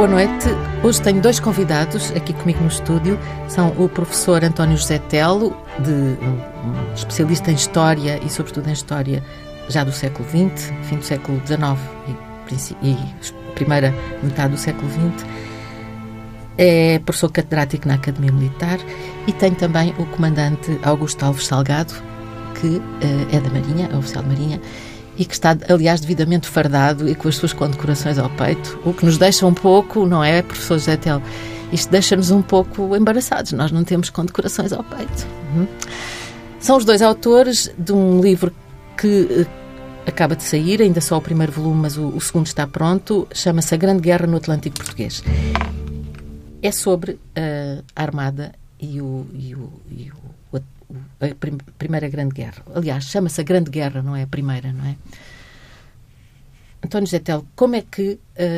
boa noite. Hoje tenho dois convidados aqui comigo no estúdio. São o professor António José Telo, um especialista em História e sobretudo em História já do século XX, fim do século XIX e primeira metade do século XX. É professor catedrático na Academia Militar e tem também o comandante Augusto Alves Salgado, que é da Marinha, é oficial de Marinha, e que está, aliás, devidamente fardado e com as suas condecorações ao peito, o que nos deixa um pouco, não é, professor José Telo? Isto deixa-nos um pouco embaraçados, nós não temos condecorações ao peito. São os dois autores de um livro que acaba de sair, ainda só o primeiro volume, mas o segundo está pronto, chama-se A Grande Guerra no Atlântico Português. É sobre a Armada e a Primeira Grande Guerra. Aliás, chama-se a Grande Guerra, não é a Primeira, não é? António José Telo, como é que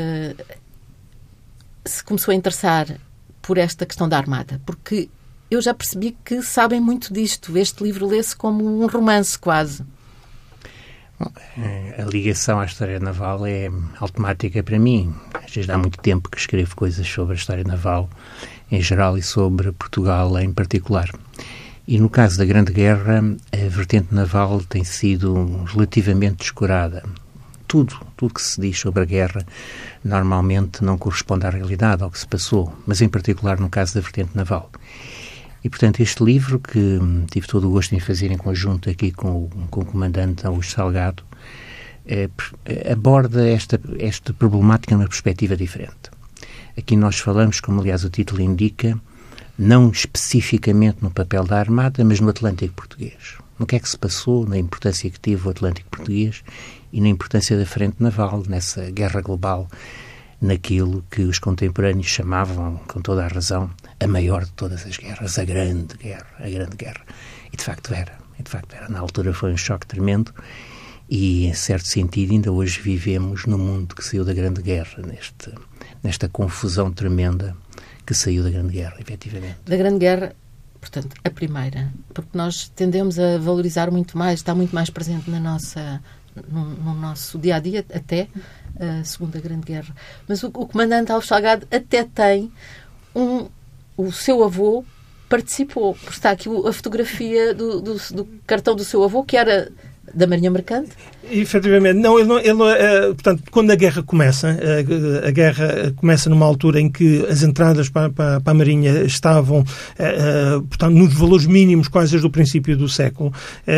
se começou a interessar por esta questão da Armada? Porque eu já percebi que sabem muito disto. Este livro lê-se como um romance, quase. Bom, a ligação à história naval é automática para mim. Às vezes há muito tempo que escrevo coisas sobre a história naval em geral e sobre Portugal em particular. E no caso da Grande Guerra, a vertente naval tem sido relativamente descurada. Tudo que se diz sobre a guerra normalmente não corresponde à realidade, ao que se passou, mas em particular no caso da vertente naval. E, portanto, este livro, que tive todo o gosto em fazer em conjunto aqui com o comandante Augusto Salgado, aborda esta problemática numa perspectiva diferente. Aqui nós falamos, como aliás o título indica, não especificamente no papel da Armada, mas no Atlântico Português. No que é que se passou, na importância que teve o Atlântico Português e na importância da frente naval, nessa guerra global, naquilo que os contemporâneos chamavam, com toda a razão, a maior de todas as guerras, a Grande Guerra, a Grande Guerra. E de facto era. Na altura foi um choque tremendo e, em certo sentido, ainda hoje vivemos no mundo que saiu da Grande Guerra, nesta confusão tremenda que saiu da Grande Guerra, efetivamente. Da Grande Guerra, portanto, a primeira, porque nós tendemos a valorizar muito mais, está muito mais presente no nosso dia-a-dia, até a Segunda Grande Guerra. Mas o comandante Alves Salgado até tem o seu avô participou, porque está aqui a fotografia do cartão do seu avô, que era da Marinha Mercante. Efetivamente, portanto, quando a guerra começa numa altura em que as entradas para a Marinha estavam, portanto, nos valores mínimos quase desde o princípio do século.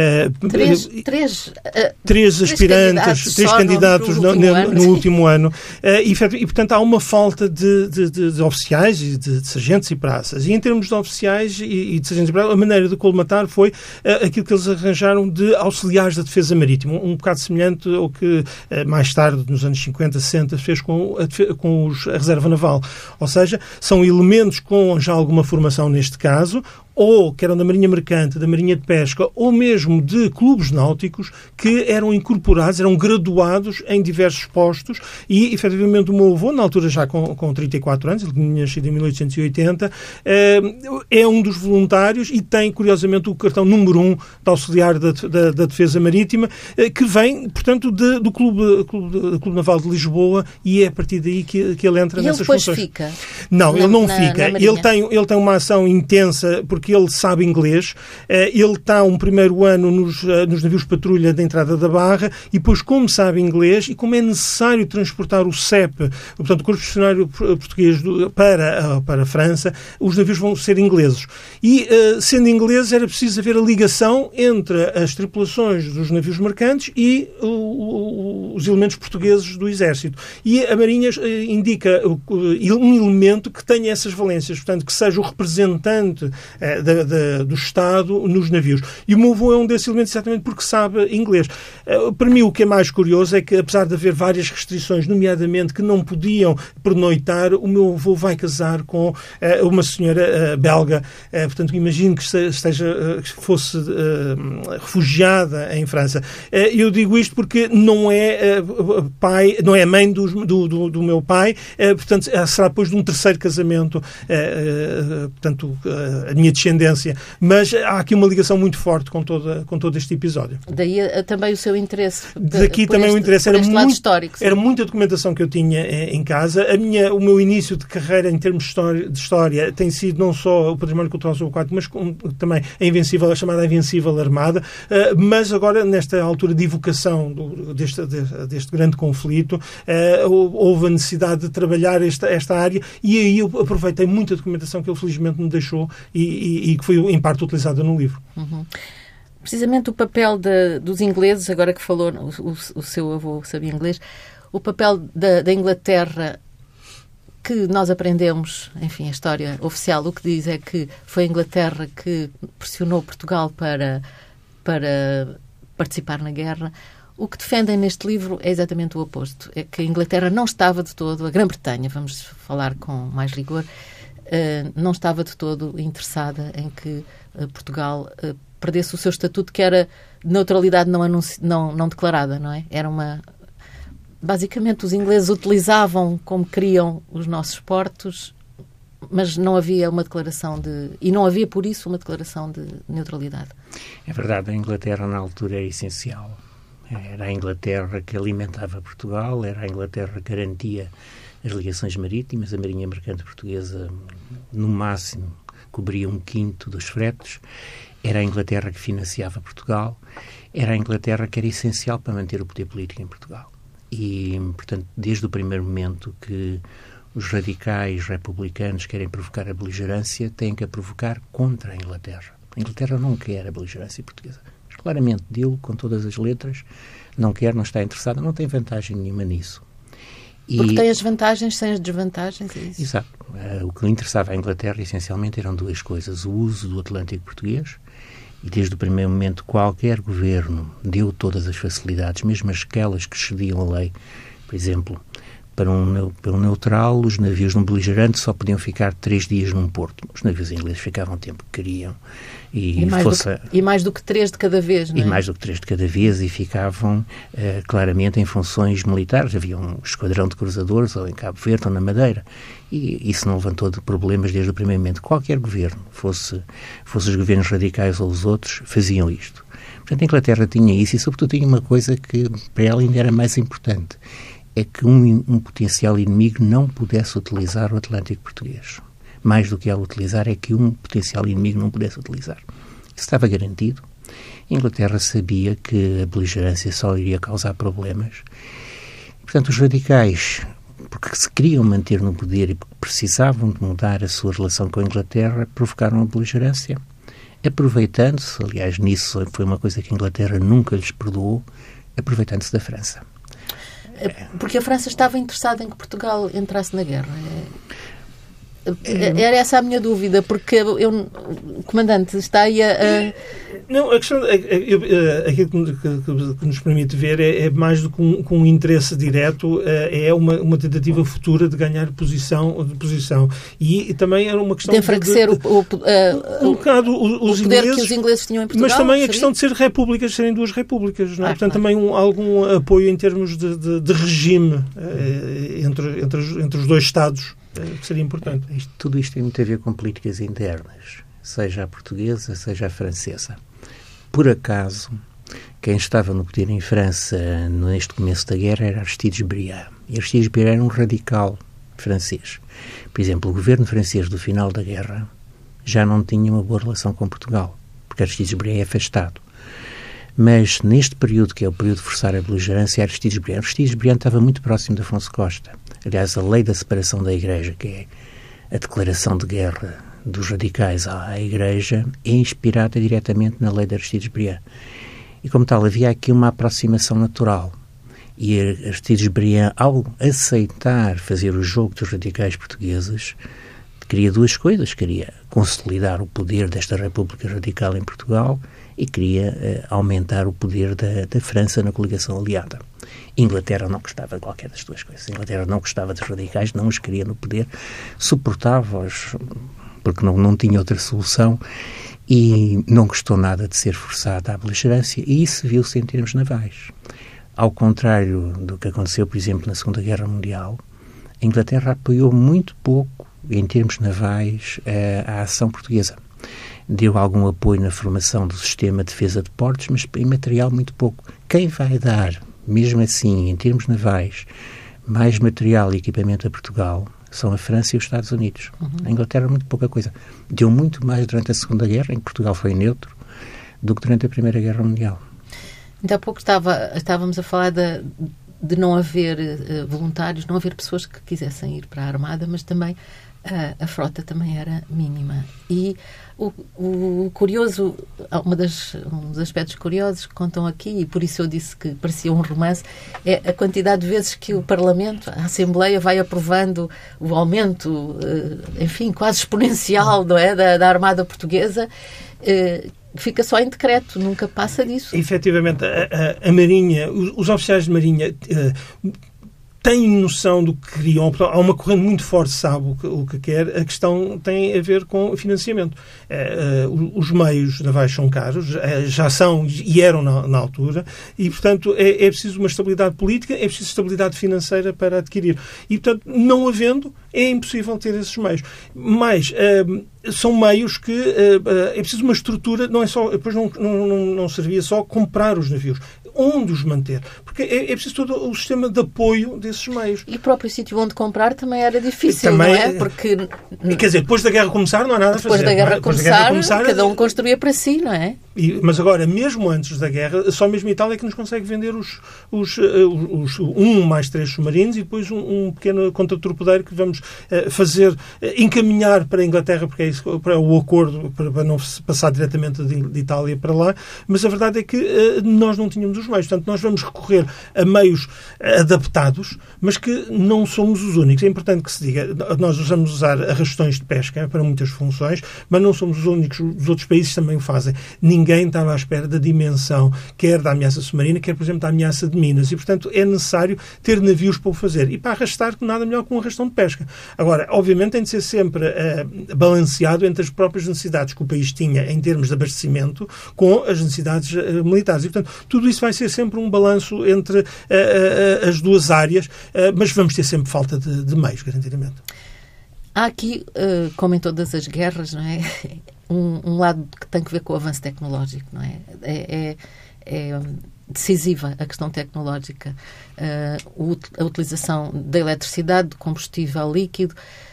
Três aspirantes, três candidatos no último ano. E, portanto, há uma falta de oficiais e de sargentos e praças. E em termos de oficiais e de sargentos e praças, a maneira de colmatar foi aquilo que eles arranjaram de auxiliares da defesa marítima, um bocado semelhante ao que mais tarde, nos anos 50, 60, fez com a reserva naval. Ou seja, são elementos com já alguma formação neste caso, ou que eram da Marinha Mercante, da Marinha de Pesca, ou mesmo de clubes náuticos que eram incorporados, eram graduados em diversos postos e, efetivamente, o meu avô, na altura já com 34 anos, ele tinha nascido em 1880, é um dos voluntários e tem, curiosamente, o cartão número 1 de auxiliar da Defesa Marítima, que vem, portanto, do Clube Naval de Lisboa, e é a partir daí que ele entra nessas funções. E ele depois fica? Não, ele não fica. Ele tem uma ação intensa, porque ele sabe inglês, ele está um primeiro ano nos navios patrulha da entrada da Barra e depois, como sabe inglês e como é necessário transportar o CEP, portanto o Corpo Expedicionário Português para a França, os navios vão ser ingleses. E, sendo ingleses, era preciso haver a ligação entre as tripulações dos navios mercantes e os elementos portugueses do Exército. E a Marinha indica um elemento que tenha essas valências, portanto, que seja o representante do Estado nos navios. E o meu avô é um desses elementos exatamente porque sabe inglês. Para mim, o que é mais curioso é que, apesar de haver várias restrições, nomeadamente que não podiam pernoitar, o meu avô vai casar com uma senhora belga. Portanto, imagino que fosse refugiada em França. Eu digo isto porque não é mãe do meu pai, portanto, será depois de um terceiro casamento, portanto, a minha descendência descendência, mas há aqui uma ligação muito forte com todo este episódio. Daí também o seu interesse. Daqui também o interesse era muita documentação que eu tinha em casa. O meu início de carreira em termos de história tem sido não só o património cultural sobre o quadro, mas também a chamada Invencível Armada, mas agora, nesta altura de evocação deste grande conflito, houve a necessidade de trabalhar esta área, e aí eu aproveitei muita documentação que ele felizmente me deixou e que foi em parte utilizada no livro. Uhum. Precisamente o papel dos ingleses, agora que falou, o seu avô sabia inglês, o papel da Inglaterra, que nós aprendemos, enfim, a história oficial, o que diz é que foi a Inglaterra que pressionou Portugal para participar na guerra. O que defendem neste livro é exatamente o oposto. É que a Inglaterra não estava de todo, a Grã-Bretanha, vamos falar com mais rigor, não estava de todo interessada em que Portugal perdesse o seu estatuto, que era de neutralidade não declarada, não é? Era uma... Basicamente, os ingleses utilizavam como queriam os nossos portos, mas não havia uma declaração e não havia, por isso, uma declaração de neutralidade. É verdade, a Inglaterra na altura era essencial. Era a Inglaterra que alimentava Portugal, era a Inglaterra que garantia as ligações marítimas, a Marinha Mercante Portuguesa, no máximo, cobria 1/5 dos fretes, era a Inglaterra que financiava Portugal, era a Inglaterra que era essencial para manter o poder político em Portugal. E, portanto, desde o primeiro momento que os radicais republicanos querem provocar a beligerância, têm que a provocar contra a Inglaterra. A Inglaterra não quer a beligerância portuguesa. Claramente, dele, com todas as letras, não quer, não está interessada, não tem vantagem nenhuma nisso. Porque tem as vantagens sem as desvantagens, é isso? Exato. O que lhe interessava à Inglaterra, essencialmente, eram duas coisas. O uso do Atlântico português, e desde o primeiro momento qualquer governo deu todas as facilidades, mesmo aquelas que excediam a lei. Por exemplo, para um neutral, os navios num beligerante só podiam ficar 3 dias num porto. Os navios ingleses ficavam o tempo que queriam. E mais do que 3 de cada vez, não é? E mais do que 3 de cada vez, e ficavam claramente em funções militares. Havia um esquadrão de cruzadores ou em Cabo Verde ou na Madeira. E isso não levantou de problemas desde o primeiro momento. Qualquer governo, fosse os governos radicais ou os outros, faziam isto. Portanto, a Inglaterra tinha isso, e sobretudo tinha uma coisa que para ela ainda era mais importante. É que um potencial inimigo não pudesse utilizar o Atlântico português. Mais do que ela utilizar, é que um potencial inimigo não pudesse utilizar. Isso estava garantido. A Inglaterra sabia que a beligerância só iria causar problemas. Portanto, os radicais, porque se queriam manter no poder e porque precisavam de mudar a sua relação com a Inglaterra, provocaram a beligerância, aproveitando-se, aliás, nisso foi uma coisa que a Inglaterra nunca lhes perdoou, aproveitando-se da França. Porque a França estava interessada em que Portugal entrasse na guerra. Era essa a minha dúvida, porque o comandante está aí a... Não, a questão, aquilo que nos permite ver é mais do que um interesse direto, é uma tentativa futura de ganhar posição, e também era uma questão de enfraquecer um bocado os poder ingleses, que os ingleses tinham em Portugal. mas também a questão de ser repúblicas, serem 2 repúblicas, não é? Portanto, claro. Também algum apoio em termos de regime entre os 2 Estados seria importante. Tudo isto tem muito a ver com políticas internas, seja a portuguesa, seja a francesa. Por acaso, quem estava no poder em França neste começo da guerra era Aristides Briand. E Aristides Briand era um radical francês. Por exemplo, o governo francês do final da guerra já não tinha uma boa relação com Portugal, porque Aristides Briand é afastado. Mas neste período, que é o período de forçar a beligerância, Aristides Briand estava muito próximo de Afonso Costa. Aliás, a lei da separação da Igreja, que é a declaração de guerra dos radicais à Igreja, é inspirada diretamente na lei de Aristides Briand. E, como tal, havia aqui uma aproximação natural. E Aristides Briand, ao aceitar fazer o jogo dos radicais portugueses, queria 2 coisas. Queria consolidar o poder desta República Radical em Portugal e queria aumentar o poder da França na coligação aliada. Inglaterra não gostava de qualquer das 2 coisas. Inglaterra não gostava dos radicais, não os queria no poder, suportava-os porque não tinha outra solução, e não gostou nada de ser forçada à beligerância, e isso viu-se em termos navais. Ao contrário do que aconteceu, por exemplo, na Segunda Guerra Mundial, a Inglaterra apoiou muito pouco, em termos navais, a ação portuguesa. deu algum apoio na formação do sistema de defesa de portos, mas em material muito pouco. Quem vai dar, mesmo assim, em termos navais, mais material e equipamento a Portugal são a França e os Estados Unidos. A Inglaterra, muito pouca coisa. Deu muito mais durante a Segunda Guerra, em que Portugal foi neutro, do que durante a Primeira Guerra Mundial. Ainda há pouco estávamos a falar de não haver voluntários, não haver pessoas que quisessem ir para a Armada, mas também a frota também era mínima. E o curioso, um dos aspectos curiosos que contam aqui, e por isso eu disse que parecia um romance, é a quantidade de vezes que o Parlamento, a Assembleia, vai aprovando o aumento, enfim, quase exponencial, não é, da Armada Portuguesa, fica só em decreto, nunca passa disso. Efetivamente, a Marinha, os oficiais de Marinha têm noção do que queriam. Há uma corrente muito forte, sabe o que quer. A questão tem a ver com financiamento. Os meios navais são caros, já são e eram na altura, e, portanto, é preciso uma estabilidade política, é preciso estabilidade financeira para adquirir. E, portanto, não havendo, é impossível ter esses meios. Mas são meios que é preciso uma estrutura, não é só, depois não servia só comprar os navios, onde os manter, porque é preciso todo o sistema de apoio desses meios. E o próprio sítio onde comprar também era difícil, também, não é? Porque, quer dizer, depois da guerra começar não há nada a fazer. Depois da guerra começar, cada um construía para si, não é? Mas agora, mesmo antes da guerra, só mesmo a Itália é que nos consegue vender os 1 mais 3 submarinos e depois um pequeno contratorpedeiro que vamos encaminhar para a Inglaterra, porque é isso, para o acordo, para não se passar diretamente de Itália para lá. Mas a verdade é que nós não tínhamos os meios. Portanto, nós vamos recorrer a meios adaptados, mas que não somos os únicos. É importante que se diga, nós vamos usar arrastões de pesca para muitas funções, mas não somos os únicos. Os outros países também o fazem. Ninguém estava à espera da dimensão, quer da ameaça submarina, quer, por exemplo, da ameaça de minas. E, portanto, é necessário ter navios para o fazer. E para arrastar, nada melhor que um arrastão de pesca. Agora, obviamente, tem de ser sempre balanceado entre as próprias necessidades que o país tinha em termos de abastecimento com as necessidades militares. E, portanto, tudo isso vai ser sempre um balanço entre as duas áreas, mas vamos ter sempre falta de meios, garantidamente. Há aqui, como em todas as guerras, não é, um lado que tem que ver com o avanço tecnológico, não é? É decisiva a questão tecnológica, a utilização da eletricidade, do combustível líquido.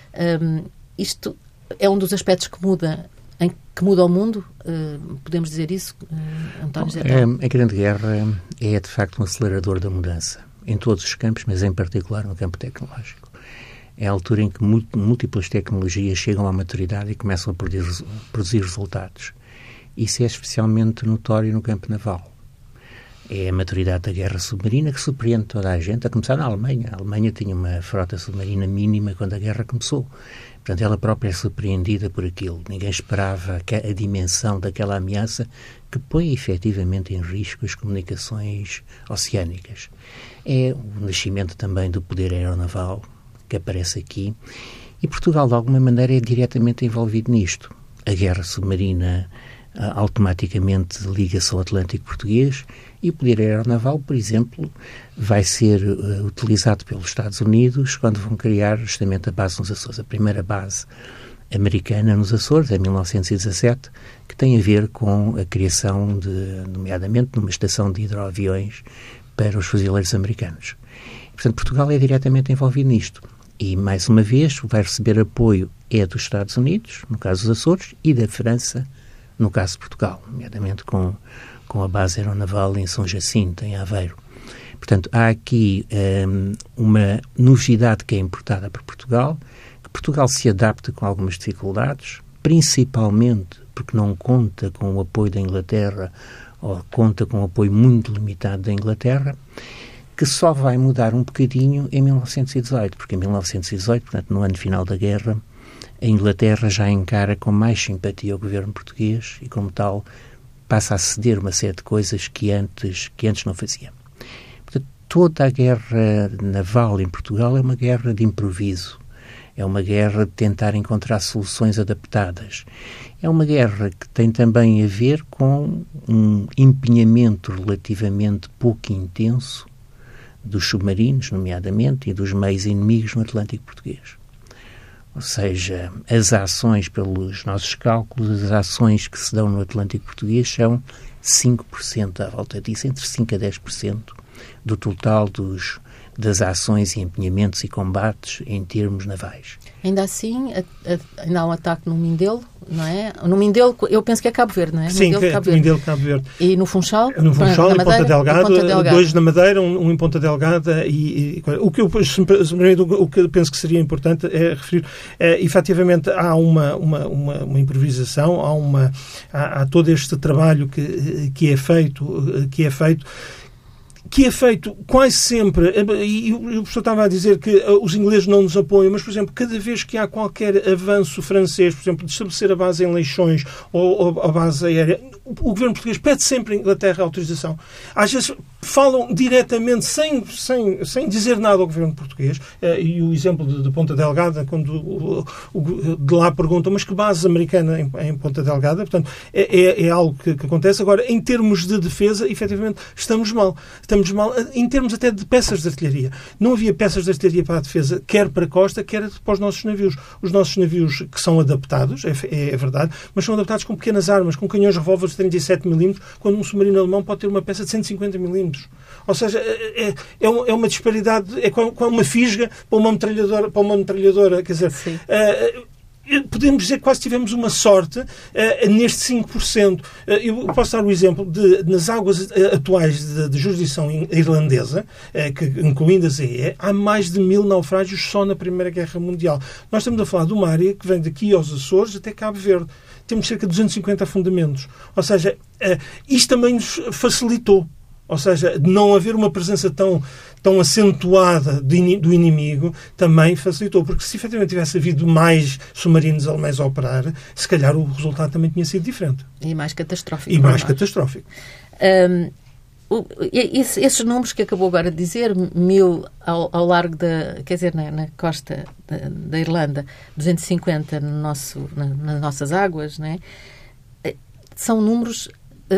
Isto é um dos aspectos que muda o mundo? Podemos dizer isso, António José? A Grande Guerra é, de facto, um acelerador da mudança, em todos os campos, mas em particular no campo tecnológico. É a altura em que múltiplas tecnologias chegam à maturidade e começam a produzir resultados. Isso é especialmente notório no campo naval. É a maturidade da guerra submarina que surpreende toda a gente, a começar na Alemanha. A Alemanha tinha uma frota submarina mínima quando a guerra começou. Portanto, ela própria é surpreendida por aquilo. Ninguém esperava a dimensão daquela ameaça que põe efetivamente em risco as comunicações oceânicas. É o nascimento também do poder aeronaval que aparece aqui, e Portugal, de alguma maneira, é diretamente envolvido nisto. A guerra submarina automaticamente liga-se ao Atlântico Português, e o poder aeronaval, por exemplo, vai ser utilizado pelos Estados Unidos quando vão criar justamente a base nos Açores. A primeira base americana nos Açores, em 1917, que tem a ver com a criação nomeadamente, de uma estação de hidroaviões para os fuzileiros americanos. Portanto, Portugal é diretamente envolvido nisto. E, mais uma vez, vai receber apoio dos Estados Unidos, no caso dos Açores, e da França, no caso de Portugal, nomeadamente com a base aeronaval em São Jacinto, em Aveiro. Portanto, há aqui uma novidade que é importada para Portugal, que Portugal se adapta com algumas dificuldades, principalmente porque não conta com o apoio da Inglaterra, ou conta com um apoio muito limitado da Inglaterra, que só vai mudar um bocadinho em 1918, porque em 1918, portanto, no ano final da guerra, a Inglaterra já encara com mais simpatia o governo português e, como tal, passa a ceder uma série de coisas que antes não fazia. Portanto, toda a guerra naval em Portugal é uma guerra de improviso, é uma guerra de tentar encontrar soluções adaptadas. É uma guerra que tem também a ver com um empenhamento relativamente pouco intenso dos submarinos, nomeadamente, e dos meios inimigos no Atlântico Português. Ou seja, as ações, pelos nossos cálculos, as ações que se dão no Atlântico Português são 5% à volta disso, entre 5% a 10% do total das ações e empenhamentos e combates em termos navais. Ainda assim, ainda há um ataque no Mindelo, não é? No Mindelo, eu penso que é Cabo Verde, não é? Sim, Mindelo, Cabo Verde. E no Funchal? No Funchal, em Ponta Delgada, 2 na Madeira, um em Ponta Delgada. O que eu penso que seria importante é referir, efetivamente, há uma improvisação, há todo este trabalho que é feito quase sempre, e o professor estava a dizer que os ingleses não nos apoiam, mas, por exemplo, cada vez que há qualquer avanço francês, por exemplo, de estabelecer a base em Leixões ou a base aérea, o governo português pede sempre à Inglaterra a autorização. Às vezes falam diretamente, sem dizer nada ao governo português, e o exemplo de Ponta Delgada, quando de lá perguntam, mas que base americana em Ponta Delgada? Portanto, é algo que acontece. Agora, em termos de defesa, efetivamente, estamos mal, em termos até de peças de artilharia. Não havia peças de artilharia para a defesa, quer para a costa, quer para os nossos navios. Os nossos navios que são adaptados, é verdade, mas são adaptados com pequenas armas, com canhões revólver de 37mm, quando um submarino alemão pode ter uma peça de 150mm. Ou seja, é uma disparidade, é como uma fisga para uma metralhadora, quer dizer... Podemos dizer que quase tivemos uma sorte neste 5%. Eu posso dar o exemplo nas águas atuais de jurisdição irlandesa, que, incluindo a ZE, há mais de 1000 naufrágios só na Primeira Guerra Mundial. Nós estamos a falar de uma área que vem daqui aos Açores até Cabo Verde. Temos cerca de 250 afundamentos. Ou seja, isto também nos facilitou. Ou seja, de não haver uma presença tão acentuada do inimigo também facilitou, porque se efetivamente tivesse havido mais submarinos alemães a operar, se calhar o resultado também tinha sido diferente. E mais catastrófico. Esses números que acabou agora de dizer, 1000 ao largo na costa da Irlanda, 250 nas nossas águas, não é? São números...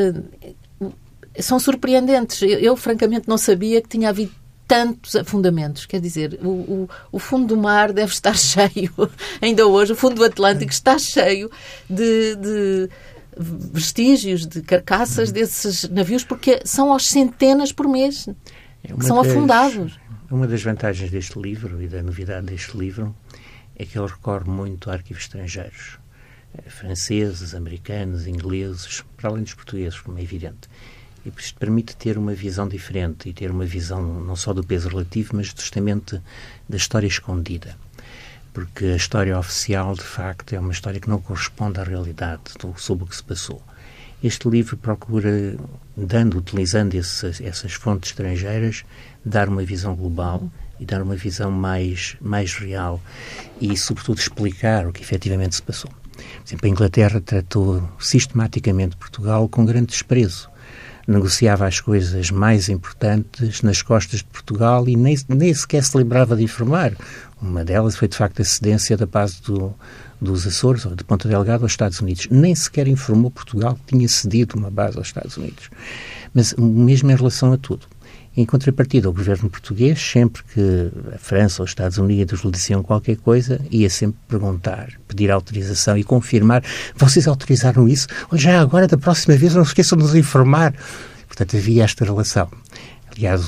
são surpreendentes. Eu, francamente, não sabia que tinha havido tantos afundamentos. Quer dizer, o fundo do mar deve estar cheio, ainda hoje, o fundo do Atlântico está cheio de vestígios, de carcaças desses navios, porque são aos centenas por mês que são afundados. Uma das vantagens deste livro e da novidade deste livro é que ele recorre muito a arquivos estrangeiros, franceses, americanos, ingleses, para além dos portugueses, como é evidente. E isto permite ter uma visão diferente e ter uma visão não só do peso relativo, mas justamente da história escondida. Porque a história oficial, de facto, é uma história que não corresponde à realidade sobre o que se passou. Este livro procura, utilizando essas fontes estrangeiras, dar uma visão global e dar uma visão mais real e, sobretudo, explicar o que efetivamente se passou. Por exemplo, a Inglaterra tratou sistematicamente Portugal com grande desprezo. Negociava as coisas mais importantes nas costas de Portugal e nem sequer se lembrava de informar. Uma delas foi, de facto, a cedência da base dos Açores, ou de Ponta Delgada, aos Estados Unidos. Nem sequer informou Portugal que tinha cedido uma base aos Estados Unidos. Mas mesmo em relação a tudo. Em contrapartida, o governo português, sempre que a França ou os Estados Unidos lhe diziam qualquer coisa, ia sempre perguntar, pedir autorização e confirmar: vocês autorizaram isso? Ou já agora, da próxima vez, não se esqueçam de nos informar. Portanto, havia esta relação. Aliás,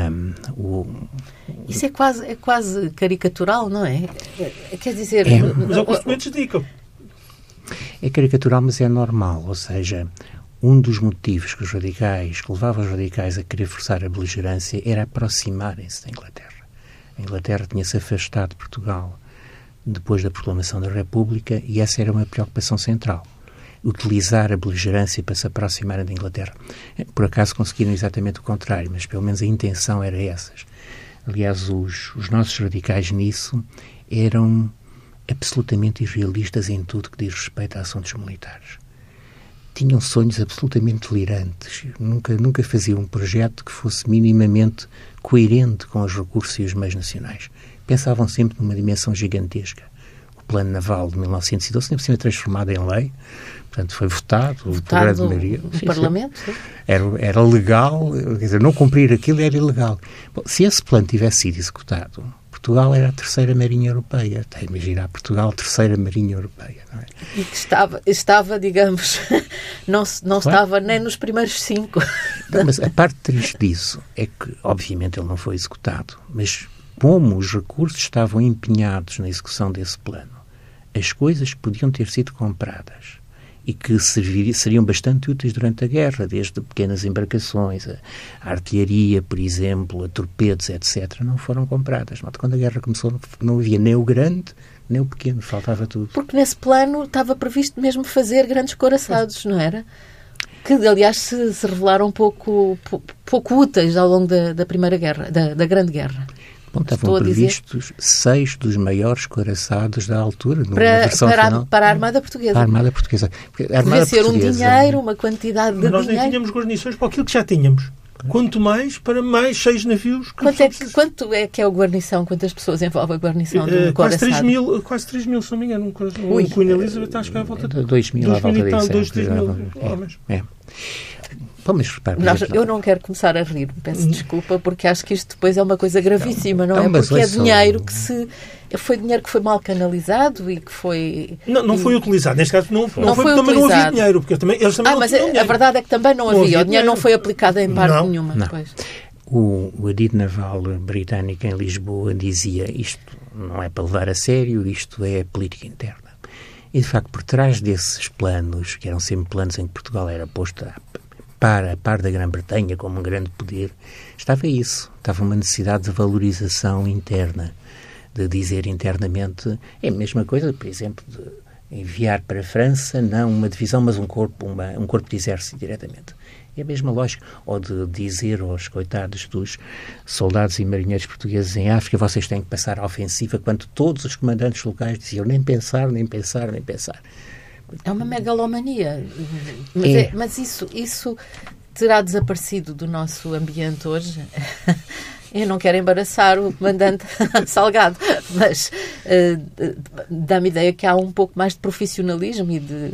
Isso é quase caricatural, não é? Quer dizer... Mas os documentos indicam. É caricatural, mas é normal. Ou seja, um dos motivos que levavam os radicais a querer forçar a beligerância era aproximarem-se da Inglaterra. A Inglaterra tinha-se afastado de Portugal depois da proclamação da República e essa era uma preocupação central. Utilizar a beligerância para se aproximarem da Inglaterra. Por acaso conseguiram exatamente o contrário, mas pelo menos a intenção era essa. Aliás, os nossos radicais nisso eram absolutamente irrealistas em tudo que diz respeito a assuntos militares. Tinham sonhos absolutamente delirantes. Nunca faziam um projeto que fosse minimamente coerente com os recursos e os meios nacionais. Pensavam sempre numa dimensão gigantesca. O Plano Naval de 1912 tinha sido transformado em lei, portanto foi votado no Parlamento. Era legal, quer dizer, não cumprir aquilo era ilegal. Bom, se esse plano tivesse sido executado, Portugal era a terceira marinha europeia. Até imaginar Portugal, terceira marinha europeia, não é? E que estava, digamos, não claro. Estava nem nos primeiros 5. Não, mas a parte triste disso é que, obviamente, ele não foi executado, mas como os recursos estavam empenhados na execução desse plano, as coisas que podiam ter sido compradas e que seriam bastante úteis durante a guerra, desde pequenas embarcações, a artilharia, por exemplo, a torpedos, etc., não foram compradas. Quando a guerra começou, não havia nem o grande, nem o pequeno, faltava tudo. Porque nesse plano estava previsto mesmo fazer grandes couraçados, não era? Que, aliás, se revelaram pouco úteis ao longo da Primeira Guerra, da Grande Guerra. Bom, estavam previstos 6 dos maiores couraçados da altura, numa versão final. Para a Armada Portuguesa. Para a Armada Portuguesa. Devia ser um dinheiro, uma quantidade de dinheiro. Nós nem tínhamos guarnições para aquilo que já tínhamos. Quanto mais para mais 6 navios. Quanto é que é o guarnição? Quantas pessoas envolve a guarnição do couraçado? Quase 3 mil, se não me engano. O Queen Elizabeth acho que é à volta de 2 mil à volta disso. 2 mil homens. Eu não quero começar a rir, peço desculpa, porque acho que isto depois é uma coisa gravíssima, não é? Porque é dinheiro foi dinheiro que foi mal canalizado e que foi... Não foi utilizado. Neste caso não foi porque também não havia dinheiro. Porque eles também mas a verdade é que também não havia. O dinheiro não foi aplicado em parte nenhuma. Depois. O Adito Naval Britânico em Lisboa dizia: isto não é para levar a sério, isto é política interna. E, de facto, por trás desses planos, que eram sempre planos em que Portugal era posto a par da Grã-Bretanha como um grande poder, estava isso. Estava uma necessidade de valorização interna, de dizer internamente, é a mesma coisa, por exemplo, de enviar para a França, não uma divisão, mas um corpo de exército diretamente. É a mesma lógica. Ou de dizer aos coitados dos soldados e marinheiros portugueses em África, vocês têm que passar à ofensiva, quando todos os comandantes locais diziam nem pensar, nem pensar, nem pensar. É uma megalomania. Mas isso terá desaparecido do nosso ambiente hoje. Eu não quero embaraçar o comandante Salgado, mas dá-me ideia que há um pouco mais de profissionalismo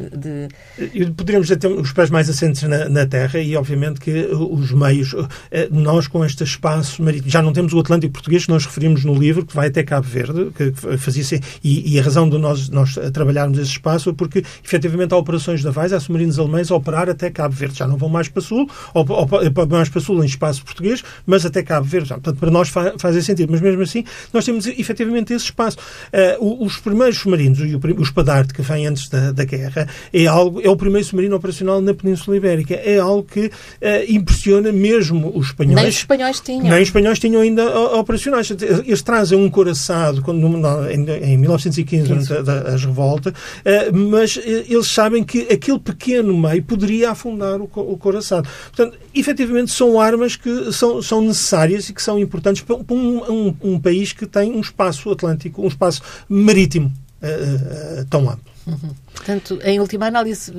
e Poderíamos ter os pés mais assentes na terra e, obviamente, que os meios... Nós, com este espaço marítimo... Já não temos o Atlântico Português, que nós referimos no livro, que vai até Cabo Verde, que fazia e a razão de nós trabalharmos esse espaço é porque, efetivamente, há operações navais, há submarinos alemães a operar até Cabo Verde. Já não vão mais para Sul, ou mais para Sul em espaço português, mas até Cabo Verde. Portanto, para nós faz sentido, mas mesmo assim nós temos efetivamente esse espaço. Os primeiros submarinos, o Espadarte, que vem antes da guerra, é o primeiro submarino operacional na Península Ibérica. É algo que impressiona mesmo os espanhóis. Nem os espanhóis tinham. Nem os espanhóis tinham ainda operacionais. Eles trazem um couraçado em 1915, durante as revoltas, mas eles sabem que aquele pequeno meio poderia afundar o couraçado. Portanto, efetivamente são armas que são necessárias e que são importantes para um país que tem um espaço atlântico, um espaço marítimo tão amplo. Uhum. Portanto, em última análise,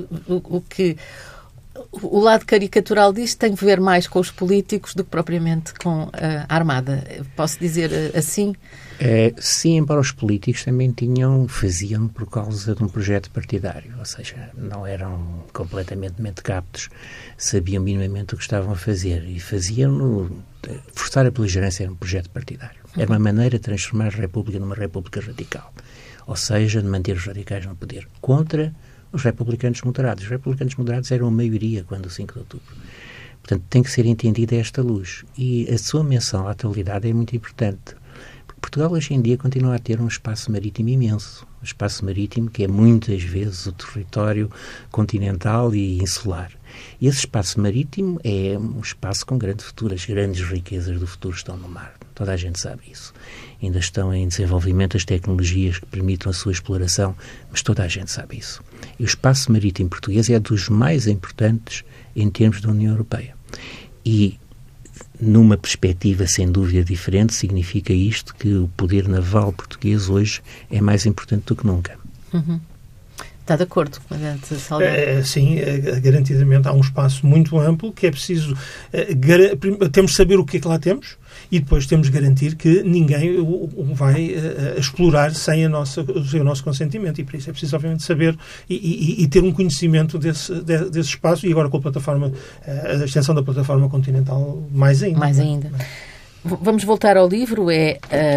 o lado caricatural disto tem a ver mais com os políticos do que propriamente com a Armada. Posso dizer assim? Sim, embora os políticos também faziam por causa de um projeto partidário, ou seja, não eram completamente mentecaptos, sabiam minimamente o que estavam a fazer e faziam-no. Forçar a beligerância era um projeto partidário. Era uma maneira de transformar a República numa República radical, ou seja, de manter os radicais no poder, contra os republicanos moderados. Os republicanos moderados eram a maioria quando o 5 de outubro. Portanto, tem que ser entendida esta luz. E a sua menção à atualidade é muito importante. Portugal hoje em dia continua a ter um espaço marítimo imenso. Um espaço marítimo que é muitas vezes o território continental e insular. E esse espaço marítimo é um espaço com grande futuro. As grandes riquezas do futuro estão no mar. Toda a gente sabe isso. Ainda estão em desenvolvimento as tecnologias que permitam a sua exploração, mas toda a gente sabe isso. E o espaço marítimo português é dos mais importantes em termos da União Europeia. E numa perspectiva, sem dúvida, diferente, significa isto que o poder naval português hoje é mais importante do que nunca. Uhum. Está de acordo, comandante Salgado? Sim, garantidamente há um espaço muito amplo que é preciso... temos de saber o que é que lá temos e depois temos de garantir que ninguém o vai explorar sem o nosso consentimento. E por isso é preciso, obviamente, saber e ter um conhecimento desse espaço e agora com a extensão da plataforma continental mais ainda. Mais ainda. Vamos voltar ao livro.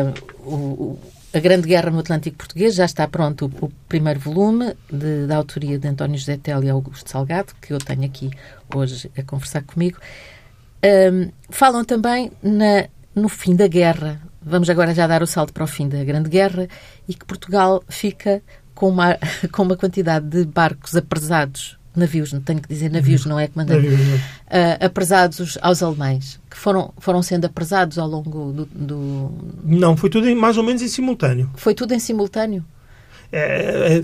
A Grande Guerra no Atlântico Português, já está pronto o primeiro volume, da autoria de António José Telo e Augusto Salgado, que eu tenho aqui hoje a conversar comigo. Falam também no fim da guerra. Vamos agora já dar o salto para o fim da Grande Guerra, e que Portugal fica com uma quantidade de barcos apresados, navios, não tenho que dizer navios, não é, comandante? Apresados aos alemães, que foram sendo apresados ao longo do... Não, foi tudo mais ou menos em simultâneo. Foi tudo em simultâneo? É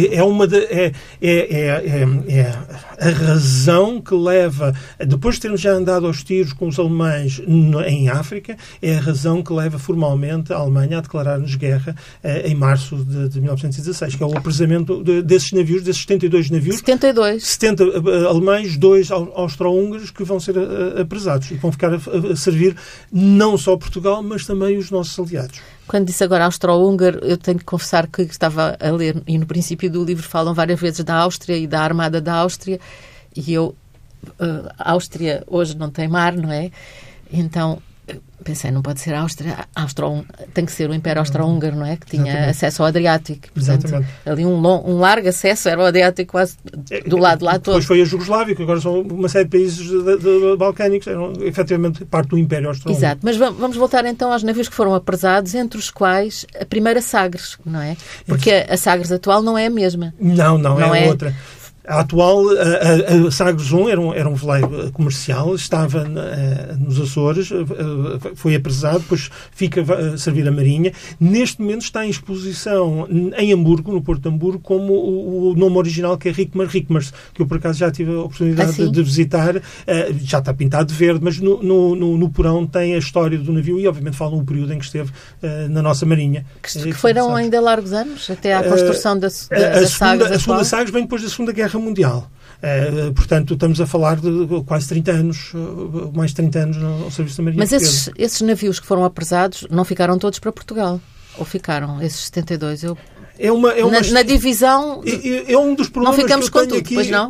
a razão que leva, depois de termos já andado aos tiros com os alemães em África, é a razão que leva formalmente a Alemanha a declarar-nos guerra em março de 1916, que é o apresamento desses navios, desses 72 navios. 70 alemães, 2 austro-húngaros, que vão ser apresados e vão ficar a servir não só Portugal, mas também os nossos aliados. Quando disse agora austro-húngaro, eu tenho que confessar que estava a ler, e no princípio do livro falam várias vezes da Áustria e da Armada da Áustria, e a Áustria hoje não tem mar, não é? Então pensei, não pode ser a Áustria, tem que ser o Império Austro-Húngaro, não é? Que tinha Exatamente. acesso ao Adriático. Portanto, exatamente. Ali um largo acesso, era o Adriático quase do lado de lá todo. Depois foi a Jugoslávia, que agora são uma série de países balcânicos, eram efetivamente parte do Império Austro-Húngaro. Exato, mas vamos voltar então aos navios que foram apresados, entre os quais a primeira Sagres, não é? Porque a Sagres atual não é a mesma. Não é outra. A atual, a Sagres 1 era um veleiro comercial, estava nos Açores, foi apresado, depois fica a servir a Marinha. Neste momento está em exposição em Hamburgo, no Porto de Hamburgo, como o nome original, que é Rickmers, que eu por acaso já tive a oportunidade de visitar. Já está pintado de verde, mas no porão tem a história do navio e obviamente fala um período em que esteve na nossa Marinha. Que foram ainda largos anos, até à construção da Sagres atual. A segunda Sagres vem depois da Segunda Guerra Mundial. Portanto, estamos a falar de quase 30 anos, mais de 30 anos ao serviço da Marinha. Mas esses navios que foram apresados não ficaram todos para Portugal? Ou ficaram esses 72? Na divisão, é um dos problemas, não ficamos que eu com tudo, aqui. Pois não?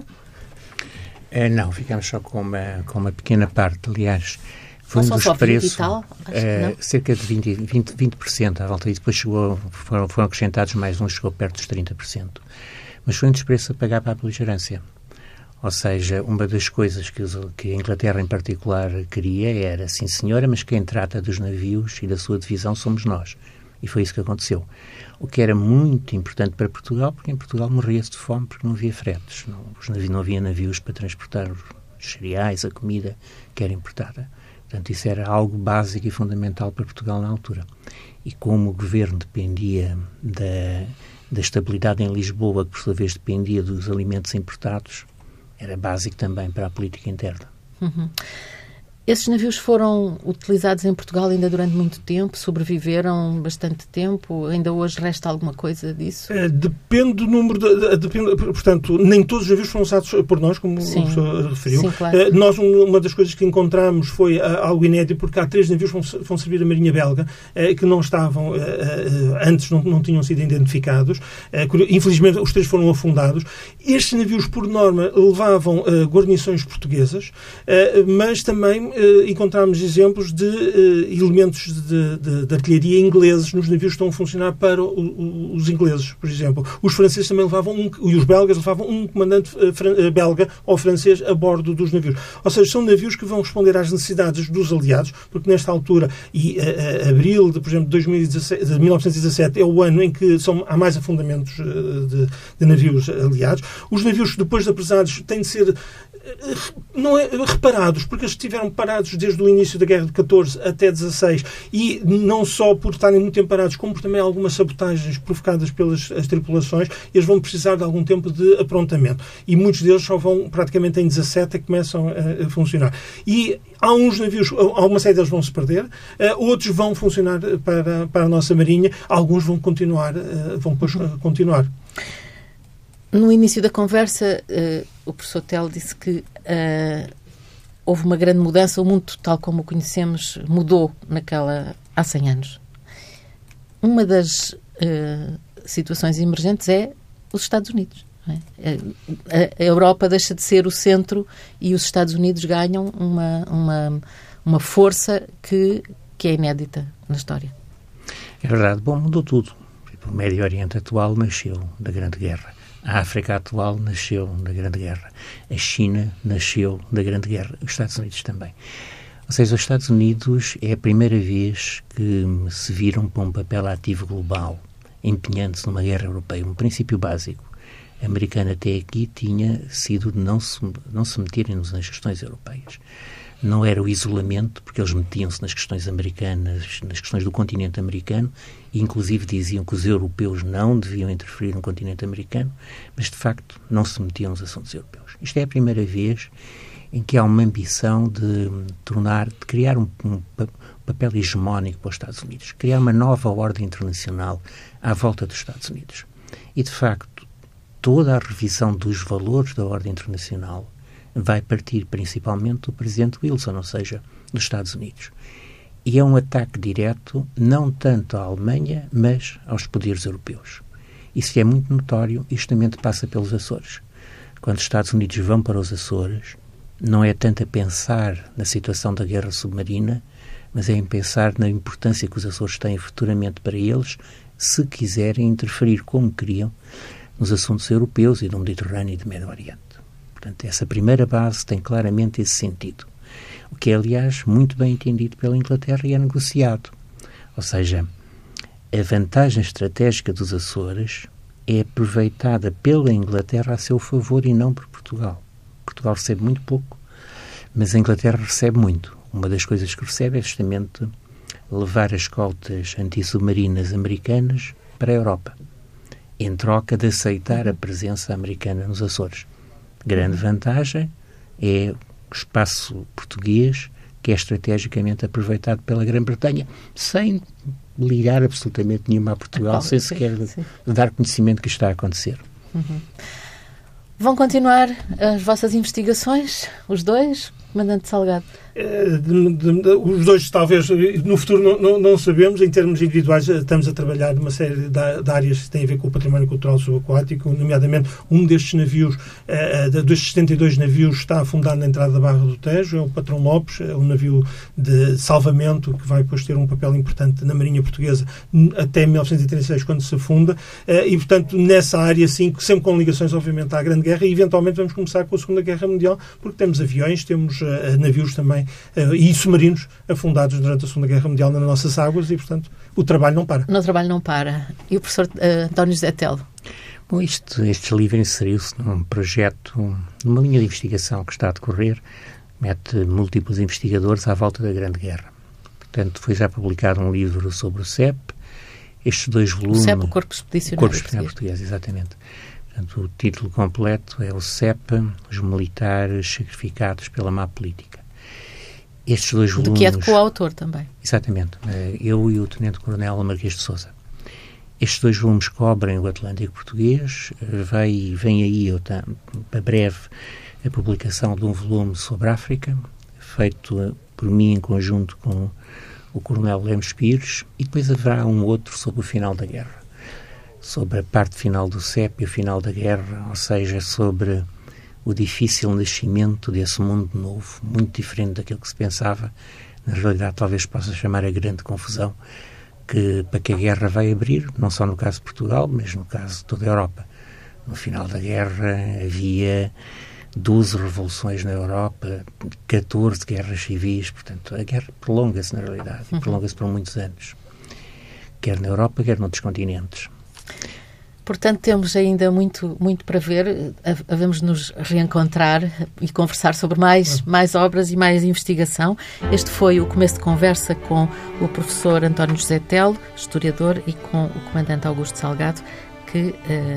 Não, ficamos só com uma pequena parte. Aliás, foi não um dos só preços, e tal, cerca de 20% à volta, e depois foram acrescentados mais uns, chegou perto dos 30%. Mas foi um dos preços a pagar para a beligerância. Ou seja, uma das coisas que a Inglaterra em particular queria era, sim senhora, mas quem trata dos navios e da sua divisão somos nós. E foi isso que aconteceu. O que era muito importante para Portugal, porque em Portugal morria-se de fome porque não havia fretes. Não havia navios para transportar os cereais, a comida que era importada. Portanto, isso era algo básico e fundamental para Portugal na altura. E como o governo dependia da estabilidade em Lisboa, que por sua vez dependia dos alimentos importados, era básico também para a política interna. Uhum. Esses navios foram utilizados em Portugal ainda durante muito tempo, sobreviveram bastante tempo, ainda hoje resta alguma coisa disso? Depende do número, portanto, nem todos os navios foram usados por nós, como o professor referiu. Sim, claro. Nós, uma das coisas que encontramos foi algo inédito, porque há 3 navios que vão servir a Marinha Belga, que não estavam, antes não tinham sido identificados. Infelizmente, os 3 foram afundados. Estes navios, por norma, levavam guarnições portuguesas, mas também encontramos exemplos de elementos de artilharia ingleses nos navios que estão a funcionar para os ingleses, por exemplo. Os franceses também levavam e os belgas levavam um comandante belga ou francês a bordo dos navios. Ou seja, são navios que vão responder às necessidades dos aliados, porque nesta altura, e abril, por exemplo, de 1917, é o ano em que há mais afundamentos de navios aliados. Os navios, depois de apresados, têm de ser reparados, porque eles estiveram parados desde o início da Guerra de 14 até 16, e não só por estarem muito tempo parados, como por também algumas sabotagens provocadas pelas tripulações, eles vão precisar de algum tempo de aprontamento. E muitos deles só vão, praticamente em 17, que começam a funcionar. E há uns navios, alguma série deles vão se perder, outros vão funcionar para a nossa Marinha, alguns vão continuar. No início da conversa, o professor Telo disse que houve uma grande mudança, o mundo tal como o conhecemos mudou há 100 anos. Uma das situações emergentes é os Estados Unidos. Não é? A Europa deixa de ser o centro e os Estados Unidos ganham uma força que é inédita na história. É verdade. Bom, mudou tudo. O Médio Oriente atual nasceu da Grande Guerra. A África atual nasceu da Grande Guerra. A China nasceu da Grande Guerra. Os Estados Unidos também. Ou seja, os Estados Unidos é a primeira vez que se viram para um papel ativo global, empenhando-se numa guerra europeia. Um princípio básico americano até aqui tinha sido de não se meterem nas questões europeias. Não era o isolamento, porque eles metiam-se nas questões americanas, nas questões do continente americano, e inclusive diziam que os europeus não deviam interferir no continente americano, mas de facto não se metiam nos assuntos europeus. Isto é a primeira vez em que há uma ambição de criar um papel hegemónico para os Estados Unidos, criar uma nova ordem internacional à volta dos Estados Unidos. E de facto, toda a revisão dos valores da ordem internacional vai partir principalmente do presidente Wilson, ou seja, dos Estados Unidos. E é um ataque direto, não tanto à Alemanha, mas aos poderes europeus. Isso é muito notório e justamente passa pelos Açores. Quando os Estados Unidos vão para os Açores, não é tanto a pensar na situação da guerra submarina, mas é em pensar na importância que os Açores têm futuramente para eles, se quiserem interferir como queriam nos assuntos europeus e do Mediterrâneo e do Médio Oriente. Portanto, essa primeira base tem claramente esse sentido, o que é, aliás, muito bem entendido pela Inglaterra e é negociado. Ou seja, a vantagem estratégica dos Açores é aproveitada pela Inglaterra a seu favor e não por Portugal. Portugal recebe muito pouco, mas a Inglaterra recebe muito. Uma das coisas que recebe é justamente levar as escoltas antissubmarinas americanas para a Europa, em troca de aceitar a presença americana nos Açores. Grande vantagem é o espaço português, que é estrategicamente aproveitado pela Grã-Bretanha, sem ligar absolutamente nenhuma a Portugal, sem sequer dar conhecimento que está a acontecer. Uhum. Vão continuar as vossas investigações, os dois, Comandante Salgado? Os dois, talvez, no futuro não sabemos. Em termos individuais, estamos a trabalhar numa série de áreas que têm a ver com o património cultural subaquático, nomeadamente um destes navios, destes 72 navios, está afundado na entrada da Barra do Tejo, é o Patrão Lopes, é um navio de salvamento que vai depois ter um papel importante na Marinha Portuguesa até 1936, quando se afunda, e, portanto, nessa área, sim, sempre com ligações, obviamente, à Grande Guerra, e eventualmente vamos começar com a Segunda Guerra Mundial, porque temos aviões, temos navios também, e submarinos afundados durante a Segunda Guerra Mundial nas nossas águas e, portanto, o trabalho não para. O trabalho não para. E o professor António José Telo? Bom, este livro inseriu-se num projeto, numa linha de investigação que está a decorrer, mete múltiplos investigadores à volta da Grande Guerra. Portanto, foi já publicado um livro sobre o CEP, estes dois volumes... O CEP, o Corpo Expedicionário Português, exatamente. Portanto, o título completo é o CEP, os militares sacrificados pela má política. Estes dois volumes... De que é de coautor também. Exatamente. Eu e o Tenente-Coronel Marquês de Sousa. Estes dois volumes cobrem o Atlântico Português. Vem aí, para breve, a publicação de um volume sobre a África, feito por mim em conjunto com o Coronel Lemos Pires, e depois haverá um outro sobre o final da guerra, sobre a parte final do CEP e o final da guerra, ou seja, sobre o difícil nascimento desse mundo novo, muito diferente daquilo que se pensava. Na realidade, talvez possa chamar a grande confusão para que a guerra vai abrir, não só no caso de Portugal, mas no caso de toda a Europa. No final da guerra havia 12 revoluções na Europa, 14 guerras civis, portanto, a guerra prolonga-se na realidade, e prolonga-se por muitos anos, quer na Europa, quer noutros continentes. Portanto, temos ainda muito para ver. Havemos de nos reencontrar e conversar sobre mais obras e mais investigação. Este foi o começo de conversa com o professor António José Telo, historiador, e com o comandante Augusto Salgado, que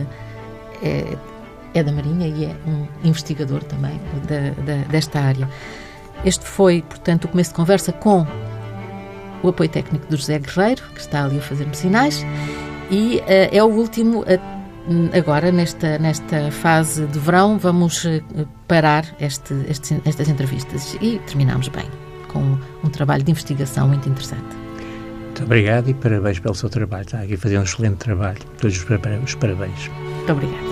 é da Marinha e é um investigador também desta área. Este foi, portanto, o começo de conversa com o apoio técnico do José Guerreiro, que está ali a fazer-me sinais. E é o último, agora, nesta fase de verão, vamos parar estas entrevistas e terminamos bem, com um trabalho de investigação muito interessante. Muito obrigado e parabéns pelo seu trabalho. Está aqui a fazer um excelente trabalho. Todos os parabéns. Muito obrigada.